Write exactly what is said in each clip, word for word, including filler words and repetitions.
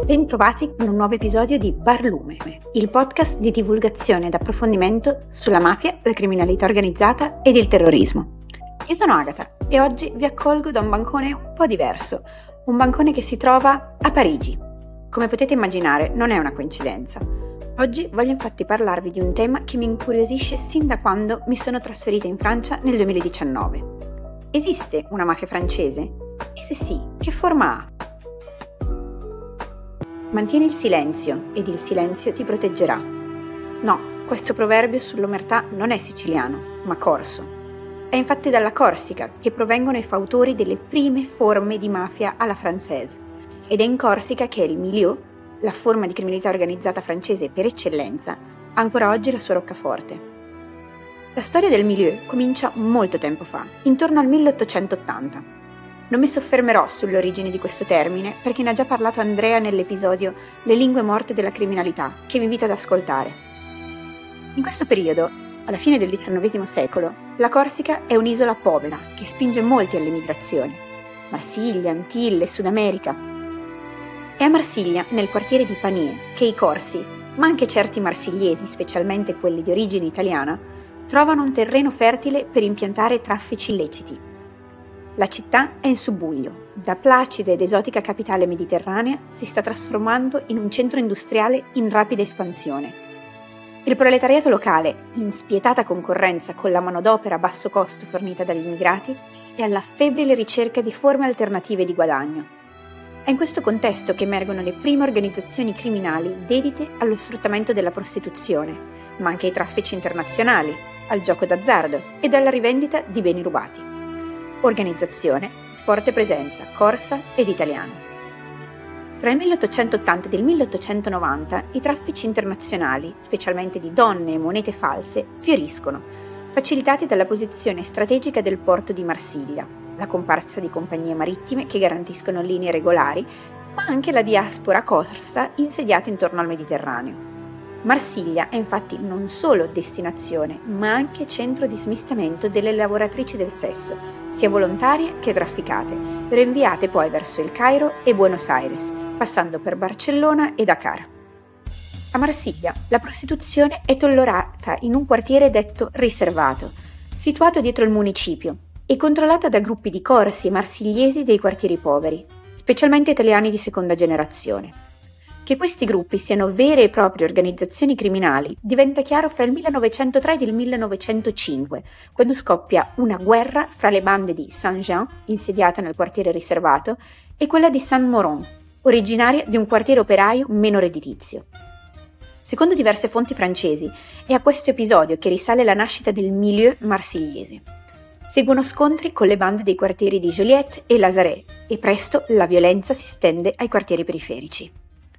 Bentrovati con un nuovo episodio di Barlume, il podcast di divulgazione ed approfondimento sulla mafia, la criminalità organizzata ed il terrorismo. Io sono Agata e oggi vi accolgo da un bancone un po' diverso, un bancone che si trova a Parigi. Come potete immaginare, non è una coincidenza. Oggi voglio infatti parlarvi di un tema che mi incuriosisce sin da quando mi sono trasferita in Francia nel duemiladiciannove. Esiste una mafia francese? E se sì, che forma ha? Mantieni il silenzio ed il silenzio ti proteggerà. No, questo proverbio sull'omertà non è siciliano, ma corso. È infatti dalla Corsica che provengono i fautori delle prime forme di mafia alla française. Ed è in Corsica che il milieu, la forma di criminalità organizzata francese per eccellenza, ha ancora oggi la sua roccaforte. La storia del milieu comincia molto tempo fa, intorno al milleottocentottanta. Non mi soffermerò sulle origini di questo termine perché ne ha già parlato Andrea nell'episodio Le lingue morte della criminalità, che vi invito ad ascoltare. In questo periodo, alla fine del diciannovesimo secolo, la Corsica è un'isola povera che spinge molti all'emigrazione. Marsiglia, Antille, Sud America. È a Marsiglia, nel quartiere di Panier, che i corsi, ma anche certi marsigliesi, specialmente quelli di origine italiana, trovano un terreno fertile per impiantare traffici illeciti. La città è in subbuglio. Da placida ed esotica capitale mediterranea si sta trasformando in un centro industriale in rapida espansione. Il proletariato locale, in spietata concorrenza con la manodopera a basso costo fornita dagli immigrati, è alla febbrile ricerca di forme alternative di guadagno. È in questo contesto che emergono le prime organizzazioni criminali dedite allo sfruttamento della prostituzione, ma anche ai traffici internazionali, al gioco d'azzardo ed alla rivendita di beni rubati. Organizzazione, forte presenza corsa ed italiana. Tra il milleottocentottanta ed il milleottocentonovanta i traffici internazionali, specialmente di donne e monete false, fioriscono, facilitati dalla posizione strategica del porto di Marsiglia, la comparsa di compagnie marittime che garantiscono linee regolari, ma anche la diaspora corsa insediata intorno al Mediterraneo. Marsiglia è infatti non solo destinazione, ma anche centro di smistamento delle lavoratrici del sesso, sia volontarie che trafficate, rinviate poi verso il Cairo e Buenos Aires, passando per Barcellona e Dakar. A Marsiglia la prostituzione è tollerata in un quartiere detto riservato, situato dietro il municipio, e controllata da gruppi di corsi e marsigliesi dei quartieri poveri, specialmente italiani di seconda generazione. Che questi gruppi siano vere e proprie organizzazioni criminali diventa chiaro fra il millenovecentotre ed il millenovecentocinque, quando scoppia una guerra fra le bande di Saint-Jean, insediata nel quartiere riservato, e quella di Saint-Moron, originaria di un quartiere operaio meno redditizio. Secondo diverse fonti francesi, è a questo episodio che risale la nascita del milieu marsigliese. Seguono scontri con le bande dei quartieri di Joliette e Lazaret, e presto la violenza si stende ai quartieri periferici.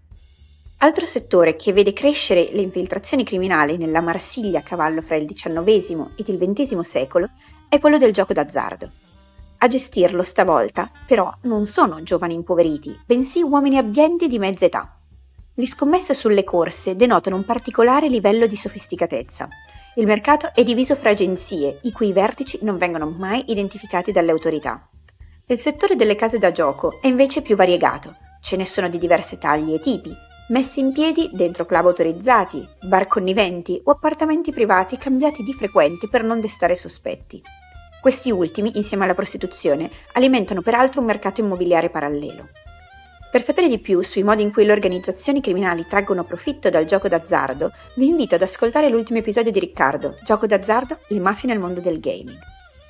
Altro settore che vede crescere le infiltrazioni criminali nella Marsiglia a cavallo fra il diciannovesimo ed il ventesimo secolo è quello del gioco d'azzardo. A gestirlo stavolta, però, non sono giovani impoveriti, bensì uomini abbienti di mezza età. Le scommesse sulle corse denotano un particolare livello di sofisticatezza. Il mercato è diviso fra agenzie, i cui vertici non vengono mai identificati dalle autorità. Il settore delle case da gioco è invece più variegato. Ce ne sono di diverse taglie e tipi, messi in piedi dentro club autorizzati, bar conniventi o appartamenti privati cambiati di frequente per non destare sospetti. Questi ultimi, insieme alla prostituzione, alimentano peraltro un mercato immobiliare parallelo. Per sapere di più sui modi in cui le organizzazioni criminali traggono profitto dal gioco d'azzardo, vi invito ad ascoltare l'ultimo episodio di Riccardo, Gioco d'azzardo, le mafie nel mondo del gaming.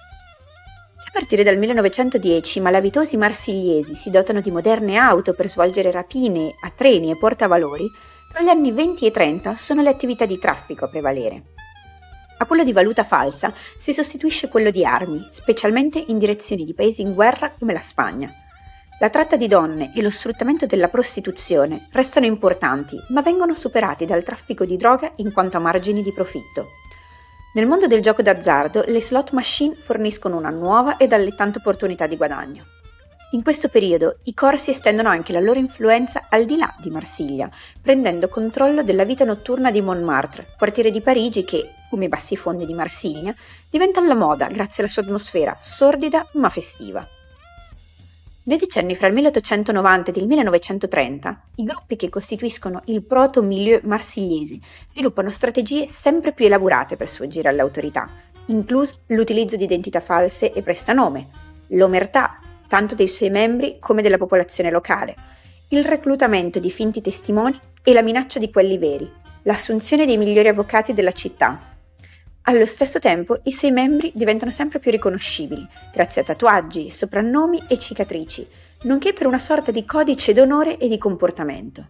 Se a partire dal millenovecentodieci i malavitosi marsigliesi si dotano di moderne auto per svolgere rapine a treni e portavalori, tra gli anni venti e trenta sono le attività di traffico a prevalere. A quello di valuta falsa si sostituisce quello di armi, specialmente in direzione di paesi in guerra come la Spagna. La tratta di donne e lo sfruttamento della prostituzione restano importanti, ma vengono superati dal traffico di droga in quanto a margini di profitto. Nel mondo del gioco d'azzardo, le slot machine forniscono una nuova ed allettante opportunità di guadagno. In questo periodo, i corsi estendono anche la loro influenza al di là di Marsiglia, prendendo controllo della vita notturna di Montmartre, quartiere di Parigi che, come i bassi fondi di Marsiglia, diventa alla moda grazie alla sua atmosfera sordida ma festiva. Nei decenni fra il milleottocentonovanta ed il millenovecentotrenta, i gruppi che costituiscono il proto-milieu marsigliese sviluppano strategie sempre più elaborate per sfuggire alle autorità, incluso l'utilizzo di identità false e prestanome, l'omertà tanto dei suoi membri come della popolazione locale, il reclutamento di finti testimoni e la minaccia di quelli veri, l'assunzione dei migliori avvocati della città. Allo stesso tempo, i suoi membri diventano sempre più riconoscibili, grazie a tatuaggi, soprannomi e cicatrici, nonché per una sorta di codice d'onore e di comportamento.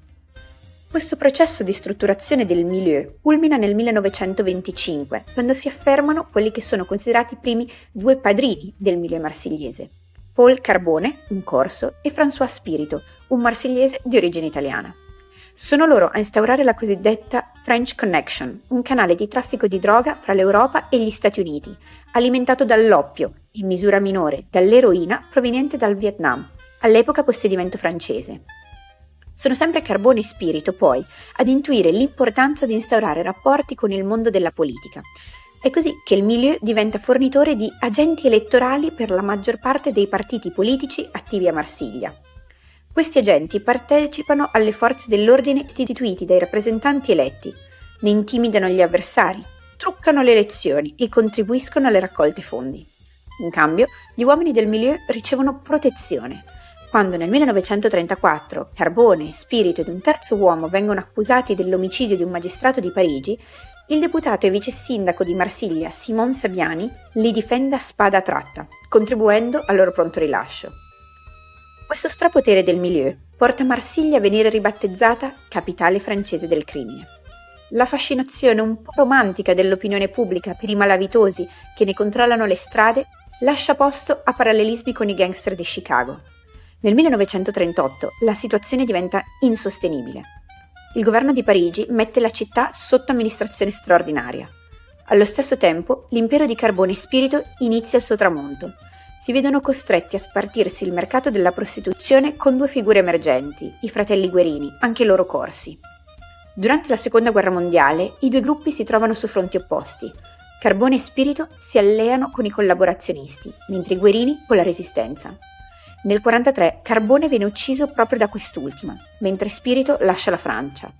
Questo processo di strutturazione del milieu culmina nel millenovecentoventicinque, quando si affermano quelli che sono considerati i primi due padrini del milieu marsigliese: Paul Carbone, un corso, e François Spirito, un marsigliese di origine italiana. Sono loro a instaurare la cosiddetta French Connection, un canale di traffico di droga fra l'Europa e gli Stati Uniti, alimentato dall'oppio, in misura minore dall'eroina proveniente dal Vietnam, all'epoca possedimento francese. Sono sempre Carbone e Spirito, poi, ad intuire l'importanza di instaurare rapporti con il mondo della politica. È così che il milieu diventa fornitore di agenti elettorali per la maggior parte dei partiti politici attivi a Marsiglia. Questi agenti partecipano alle forze dell'ordine istituiti dai rappresentanti eletti, ne intimidano gli avversari, truccano le elezioni e contribuiscono alle raccolte fondi. In cambio, gli uomini del milieu ricevono protezione. Quando nel millenovecentotrentaquattro Carbone, Spirito ed un terzo uomo vengono accusati dell'omicidio di un magistrato di Parigi, il deputato e vice sindaco di Marsiglia Simon Saviani li difende a spada tratta, contribuendo al loro pronto rilascio. Questo strapotere del milieu porta Marsiglia a venire ribattezzata capitale francese del crimine. La fascinazione un po' romantica dell'opinione pubblica per i malavitosi che ne controllano le strade lascia posto a parallelismi con i gangster di Chicago. Nel millenovecentotrentotto la situazione diventa insostenibile. Il governo di Parigi mette la città sotto amministrazione straordinaria. Allo stesso tempo, l'impero di Carbone e Spirito inizia il suo tramonto. Si vedono costretti a spartirsi il mercato della prostituzione con due figure emergenti, i fratelli Guerini, anche loro corsi. Durante la Seconda Guerra Mondiale, i due gruppi si trovano su fronti opposti. Carbone e Spirito si alleano con i collaborazionisti, mentre i Guerini con la Resistenza. Nel millenovecentoquarantatré Carbone viene ucciso proprio da quest'ultima, mentre Spirito lascia la Francia.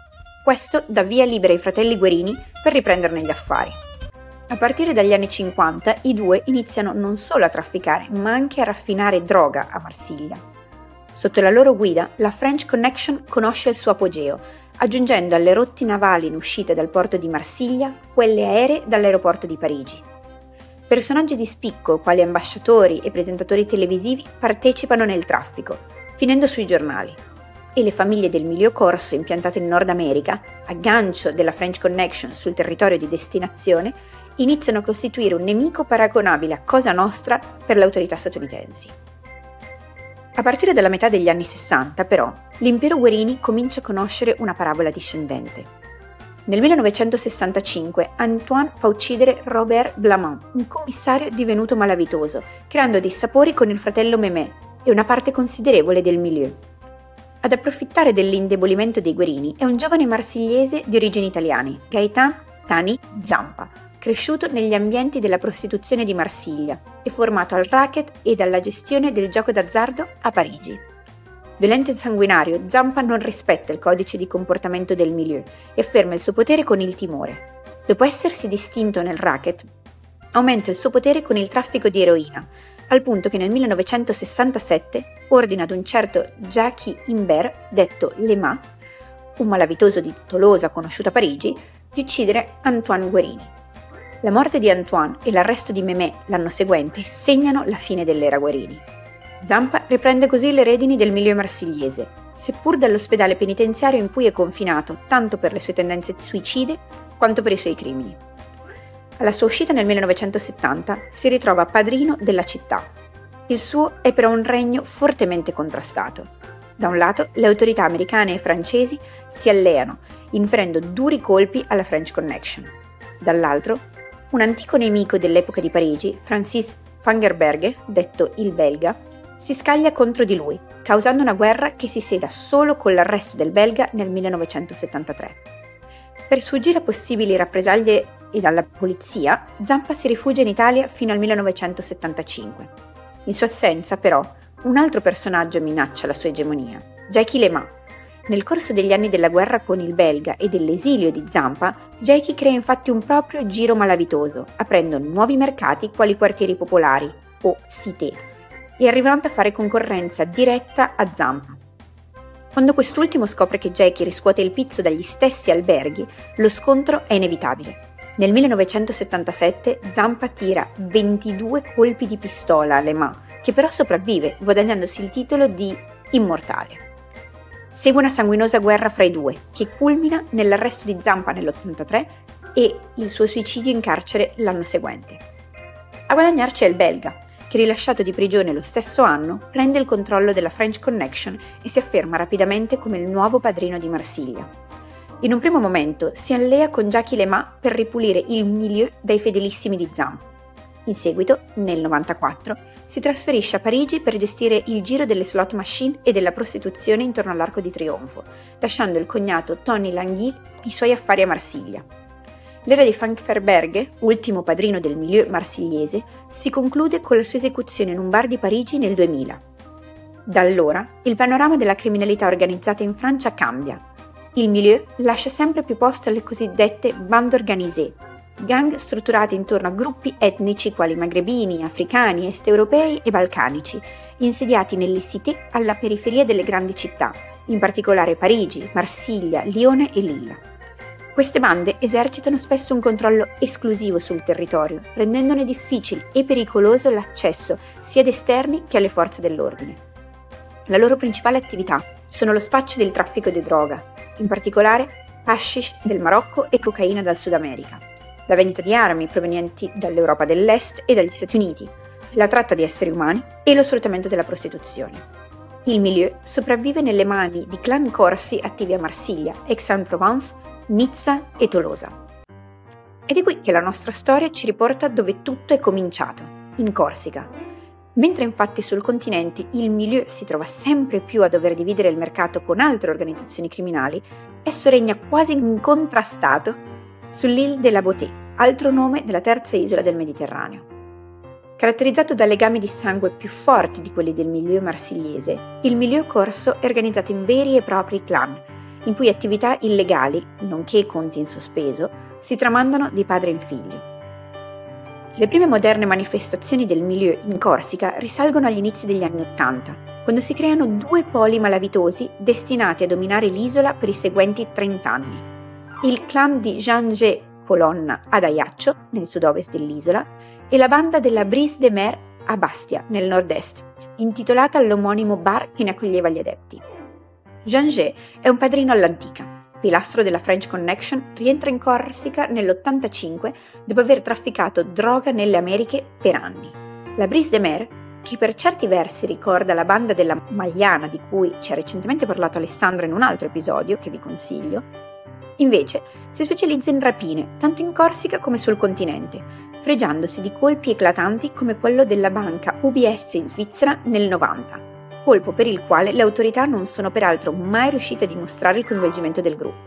Questo dà via libera ai fratelli Guerini per riprenderne gli affari. A partire dagli anni cinquanta i due iniziano non solo a trafficare, ma anche a raffinare droga a Marsiglia. Sotto la loro guida, la French Connection conosce il suo apogeo, aggiungendo alle rotte navali in uscita dal porto di Marsiglia quelle aeree dall'aeroporto di Parigi. Personaggi di spicco, quali ambasciatori e presentatori televisivi, partecipano nel traffico, finendo sui giornali. E le famiglie del milieu corso impiantate in Nord America, aggancio della French Connection sul territorio di destinazione, iniziano a costituire un nemico paragonabile a Cosa Nostra per le autorità statunitensi. A partire dalla metà degli anni sessanta, però, l'impero Guerini comincia a conoscere una parabola discendente. Nel millenovecentosessantacinque Antoine fa uccidere Robert Blamont, un commissario divenuto malavitoso, creando dissapori con il fratello Mémé e una parte considerevole del milieu. Ad approfittare dell'indebolimento dei Guerini è un giovane marsigliese di origini italiane, Gaëtan Tani Zampa, cresciuto negli ambienti della prostituzione di Marsiglia e formato al racket e alla gestione del gioco d'azzardo a Parigi. Violento e sanguinario, Zampa non rispetta il codice di comportamento del milieu e afferma il suo potere con il timore. Dopo essersi distinto nel racket, aumenta il suo potere con il traffico di eroina, al punto che nel millenovecentosessantasette ordina ad un certo Jacques Imbert, detto Lema, un malavitoso di Tolosa conosciuto a Parigi, di uccidere Antoine Guerini. La morte di Antoine e l'arresto di Mémé l'anno seguente segnano la fine dell'era Guerini. Zampa riprende così le redini del milieu marsigliese, seppur dall'ospedale penitenziario in cui è confinato, tanto per le sue tendenze suicide quanto per i suoi crimini. Alla sua uscita nel millenovecentosettanta si ritrova padrino della città. Il suo è però un regno fortemente contrastato. Da un lato, le autorità americane e francesi si alleano, inferendo duri colpi alla French Connection. Dall'altro, un antico nemico dell'epoca di Parigi, Francis Fangerberghe, detto il belga, si scaglia contro di lui, causando una guerra che si seda solo con l'arresto del belga nel millenovecentosettantatré. Per sfuggire a possibili rappresaglie e alla polizia, Zampa si rifugia in Italia fino al millenovecentosettantacinque. In sua assenza, però, un altro personaggio minaccia la sua egemonia, Jacky Le Mas. Nel corso degli anni della guerra con il belga e dell'esilio di Zampa, Jacky crea infatti un proprio giro malavitoso, aprendo nuovi mercati quali quartieri popolari, o cité, e arrivando a fare concorrenza diretta a Zampa. Quando quest'ultimo scopre che Jacky riscuote il pizzo dagli stessi alberghi, lo scontro è inevitabile. Nel millenovecentosettantasette Zampa tira ventidue colpi di pistola a Le Mas, che però sopravvive, guadagnandosi il titolo di immortale. Segue una sanguinosa guerra fra i due, che culmina nell'arresto di Zampa nell'ottantatré e il suo suicidio in carcere l'anno seguente. A guadagnarci è il belga, che rilasciato di prigione lo stesso anno, prende il controllo della French Connection e si afferma rapidamente come il nuovo padrino di Marsiglia. In un primo momento si allea con Jacky Le Mas per ripulire il milieu dai fedelissimi di Zampa. In seguito, nel novantaquattro, si trasferisce a Parigi per gestire il giro delle slot machine e della prostituzione intorno all'Arco di Trionfo, lasciando il cognato Tony Languille i suoi affari a Marsiglia. L'era di Frank Ferberghe, ultimo padrino del milieu marsigliese, si conclude con la sua esecuzione in un bar di Parigi nel duemila. Da allora, il panorama della criminalità organizzata in Francia cambia. Il milieu lascia sempre più posto alle cosiddette bande organisées, gang strutturate intorno a gruppi etnici quali magrebini, africani, est europei e balcanici, insediati nelle cité alla periferia delle grandi città, in particolare Parigi, Marsiglia, Lione e Lille. Queste bande esercitano spesso un controllo esclusivo sul territorio, rendendone difficile e pericoloso l'accesso sia ad esterni che alle forze dell'ordine. La loro principale attività sono lo spaccio del traffico di droga, in particolare hashish del Marocco e cocaina dal Sud America, la vendita di armi provenienti dall'Europa dell'Est e dagli Stati Uniti, la tratta di esseri umani e lo sfruttamento della prostituzione. Il milieu sopravvive nelle mani di clan corsi attivi a Marsiglia, Aix-en-Provence, Nizza e Tolosa. Ed è qui che la nostra storia ci riporta dove tutto è cominciato, in Corsica. Mentre infatti sul continente il milieu si trova sempre più a dover dividere il mercato con altre organizzazioni criminali, esso regna quasi incontrastato sull'Île de la Beauté, altro nome della terza isola del Mediterraneo. Caratterizzato da legami di sangue più forti di quelli del milieu marsigliese, il milieu corso è organizzato in veri e propri clan, in cui attività illegali, nonché conti in sospeso, si tramandano di padre in figlio. Le prime moderne manifestazioni del milieu in Corsica risalgono agli inizi degli anni Ottanta, quando si creano due poli malavitosi destinati a dominare l'isola per i seguenti trent'anni. Il clan di Jean-G Colonna ad Ajaccio, nel sud-ovest dell'isola, e la banda della Brise de Mer a Bastia, nel nord-est, intitolata all'omonimo bar che ne accoglieva gli adepti. Jean-G è un padrino all'antica. Pilastro della French Connection, rientra in Corsica nell'ottantacinque dopo aver trafficato droga nelle Americhe per anni. La Brise de Mer, che per certi versi ricorda la banda della Magliana di cui ci ha recentemente parlato Alessandro in un altro episodio che vi consiglio, invece si specializza in rapine tanto in Corsica come sul continente, fregiandosi di colpi eclatanti come quello della banca U B S in Svizzera nel novanta. Colpo per il quale le autorità non sono peraltro mai riuscite a dimostrare il coinvolgimento del gruppo.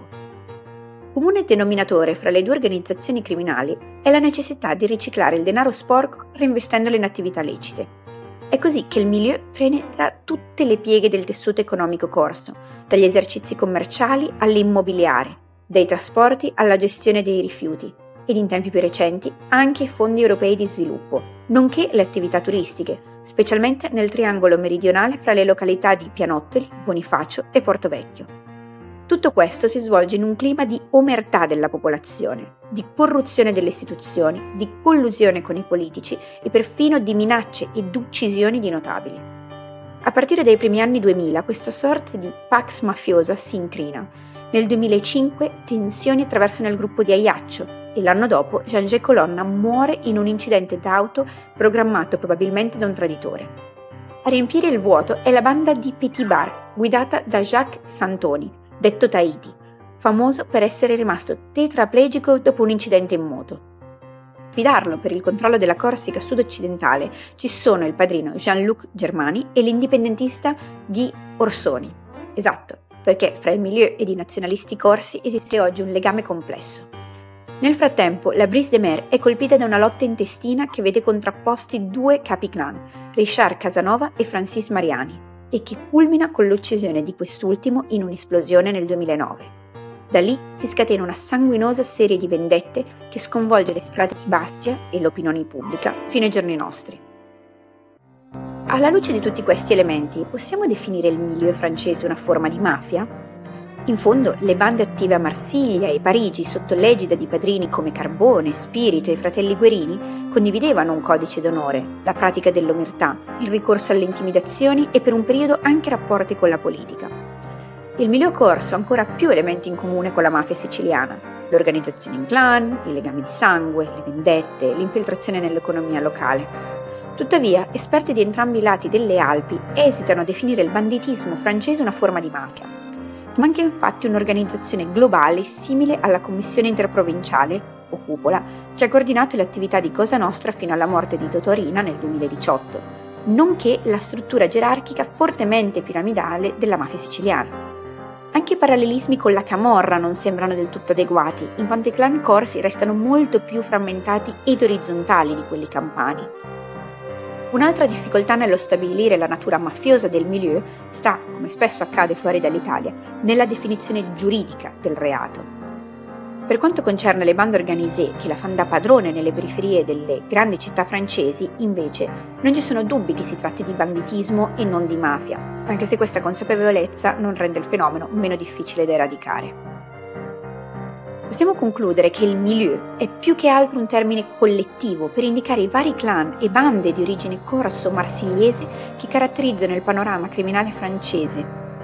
Comune denominatore fra le due organizzazioni criminali è la necessità di riciclare il denaro sporco reinvestendolo in attività lecite. È così che il milieu penetra tutte le pieghe del tessuto economico corso, dagli esercizi commerciali all'immobiliare, dai trasporti alla gestione dei rifiuti ed in tempi più recenti anche i fondi europei di sviluppo, nonché le attività turistiche, specialmente nel triangolo meridionale fra le località di Pianottoli, Bonifacio e Portovecchio. Tutto questo si svolge in un clima di omertà della popolazione, di corruzione delle istituzioni, di collusione con i politici e perfino di minacce ed uccisioni di notabili. A partire dai primi anni duemila questa sorta di pax mafiosa si incrina. Nel duemilacinque tensioni attraversano il gruppo di Ajaccio e l'anno dopo Jean-G Colonna muore in un incidente d'auto programmato probabilmente da un traditore. A riempire il vuoto è la banda di Petit Bar, guidata da Jacques Santoni, detto Tahiti, famoso per essere rimasto tetraplegico dopo un incidente in moto. A sfidarlo per il controllo della Corsica sud-occidentale ci sono il padrino Jean-Luc Germani e l'indipendentista Guy Orsoni. Esatto, perché fra il milieu ed i nazionalisti corsi esiste oggi un legame complesso. Nel frattempo, la Brise de Mer è colpita da una lotta intestina che vede contrapposti due capi clan, Richard Casanova e Francis Mariani, e che culmina con l'uccisione di quest'ultimo in un'esplosione nel duemilanove. Da lì si scatena una sanguinosa serie di vendette che sconvolge le strade di Bastia e l'opinione pubblica fino ai giorni nostri. Alla luce di tutti questi elementi, possiamo definire il milieu francese una forma di mafia? In fondo, le bande attive a Marsiglia e Parigi, sotto l'egida di padrini come Carbone, Spirito e i fratelli Guerini, condividevano un codice d'onore, la pratica dell'omertà, il ricorso alle intimidazioni e per un periodo anche rapporti con la politica. Il milieu corso ha ancora più elementi in comune con la mafia siciliana: l'organizzazione in clan, i legami di sangue, le vendette, l'infiltrazione nell'economia locale. Tuttavia, esperti di entrambi i lati delle Alpi esitano a definire il banditismo francese una forma di mafia. Manca infatti un'organizzazione globale simile alla Commissione Interprovinciale, o Cupola, che ha coordinato le attività di Cosa Nostra fino alla morte di Totò Riina nel duemiladiciotto, nonché la struttura gerarchica fortemente piramidale della mafia siciliana. Anche i parallelismi con la camorra non sembrano del tutto adeguati, in quanto i clan corsi restano molto più frammentati ed orizzontali di quelli campani. Un'altra difficoltà nello stabilire la natura mafiosa del milieu sta, come spesso accade fuori dall'Italia, nella definizione giuridica del reato. Per quanto concerne le bande organisée che la fanno da padrone nelle periferie delle grandi città francesi, invece, non ci sono dubbi che si tratti di banditismo e non di mafia, anche se questa consapevolezza non rende il fenomeno meno difficile da eradicare. Possiamo concludere che il milieu è più che altro un termine collettivo per indicare i vari clan e bande di origine corso-marsigliese che caratterizzano il panorama criminale francese,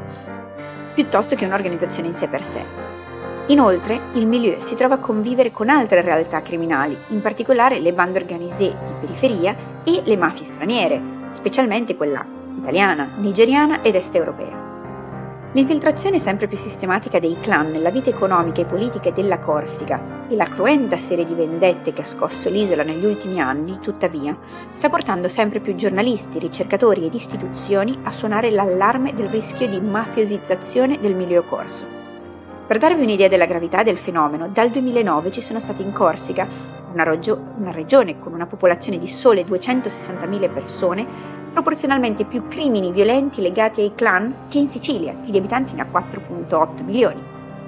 piuttosto che un'organizzazione in sé per sé. Inoltre, il milieu si trova a convivere con altre realtà criminali, in particolare le bande organisée di periferia e le mafie straniere, specialmente quella italiana, nigeriana ed est europea. L'infiltrazione sempre più sistematica dei clan nella vita economica e politica della Corsica e la cruenta serie di vendette che ha scosso l'isola negli ultimi anni, tuttavia, sta portando sempre più giornalisti, ricercatori ed istituzioni a suonare l'allarme del rischio di mafiosizzazione del milieu corso. Per darvi un'idea della gravità del fenomeno, dal duemilanove ci sono stati in Corsica, una, rogio- una regione con una popolazione di sole duecentosessantamila persone, proporzionalmente più crimini violenti legati ai clan che in Sicilia, che di abitanti ne ha quattro virgola otto milioni.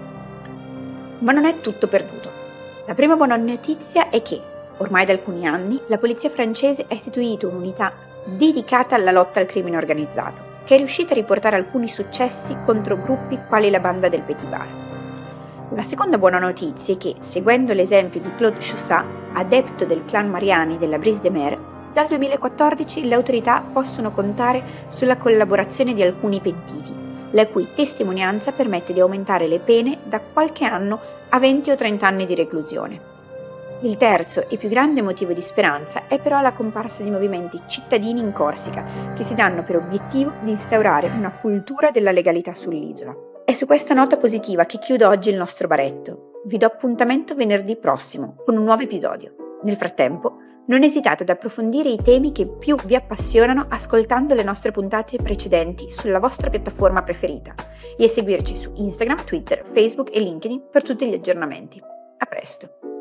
Ma non è tutto perduto. La prima buona notizia è che, ormai da alcuni anni, la polizia francese ha istituito un'unità dedicata alla lotta al crimine organizzato, che è riuscita a riportare alcuni successi contro gruppi quali la banda del Petit Bar. La seconda buona notizia è che, seguendo l'esempio di Claude Chaussat, adepto del clan Mariani della Brise de Mer, dal duemilaquattordici le autorità possono contare sulla collaborazione di alcuni pentiti, la cui testimonianza permette di aumentare le pene da qualche anno a venti o trenta anni di reclusione. Il terzo e più grande motivo di speranza è però la comparsa di movimenti cittadini in Corsica, che si danno per obiettivo di instaurare una cultura della legalità sull'isola. È su questa nota positiva che chiudo oggi il nostro baretto. Vi do appuntamento venerdì prossimo con un nuovo episodio. Nel frattempo, non esitate ad approfondire i temi che più vi appassionano ascoltando le nostre puntate precedenti sulla vostra piattaforma preferita e a seguirci su Instagram, Twitter, Facebook e LinkedIn per tutti gli aggiornamenti. A presto!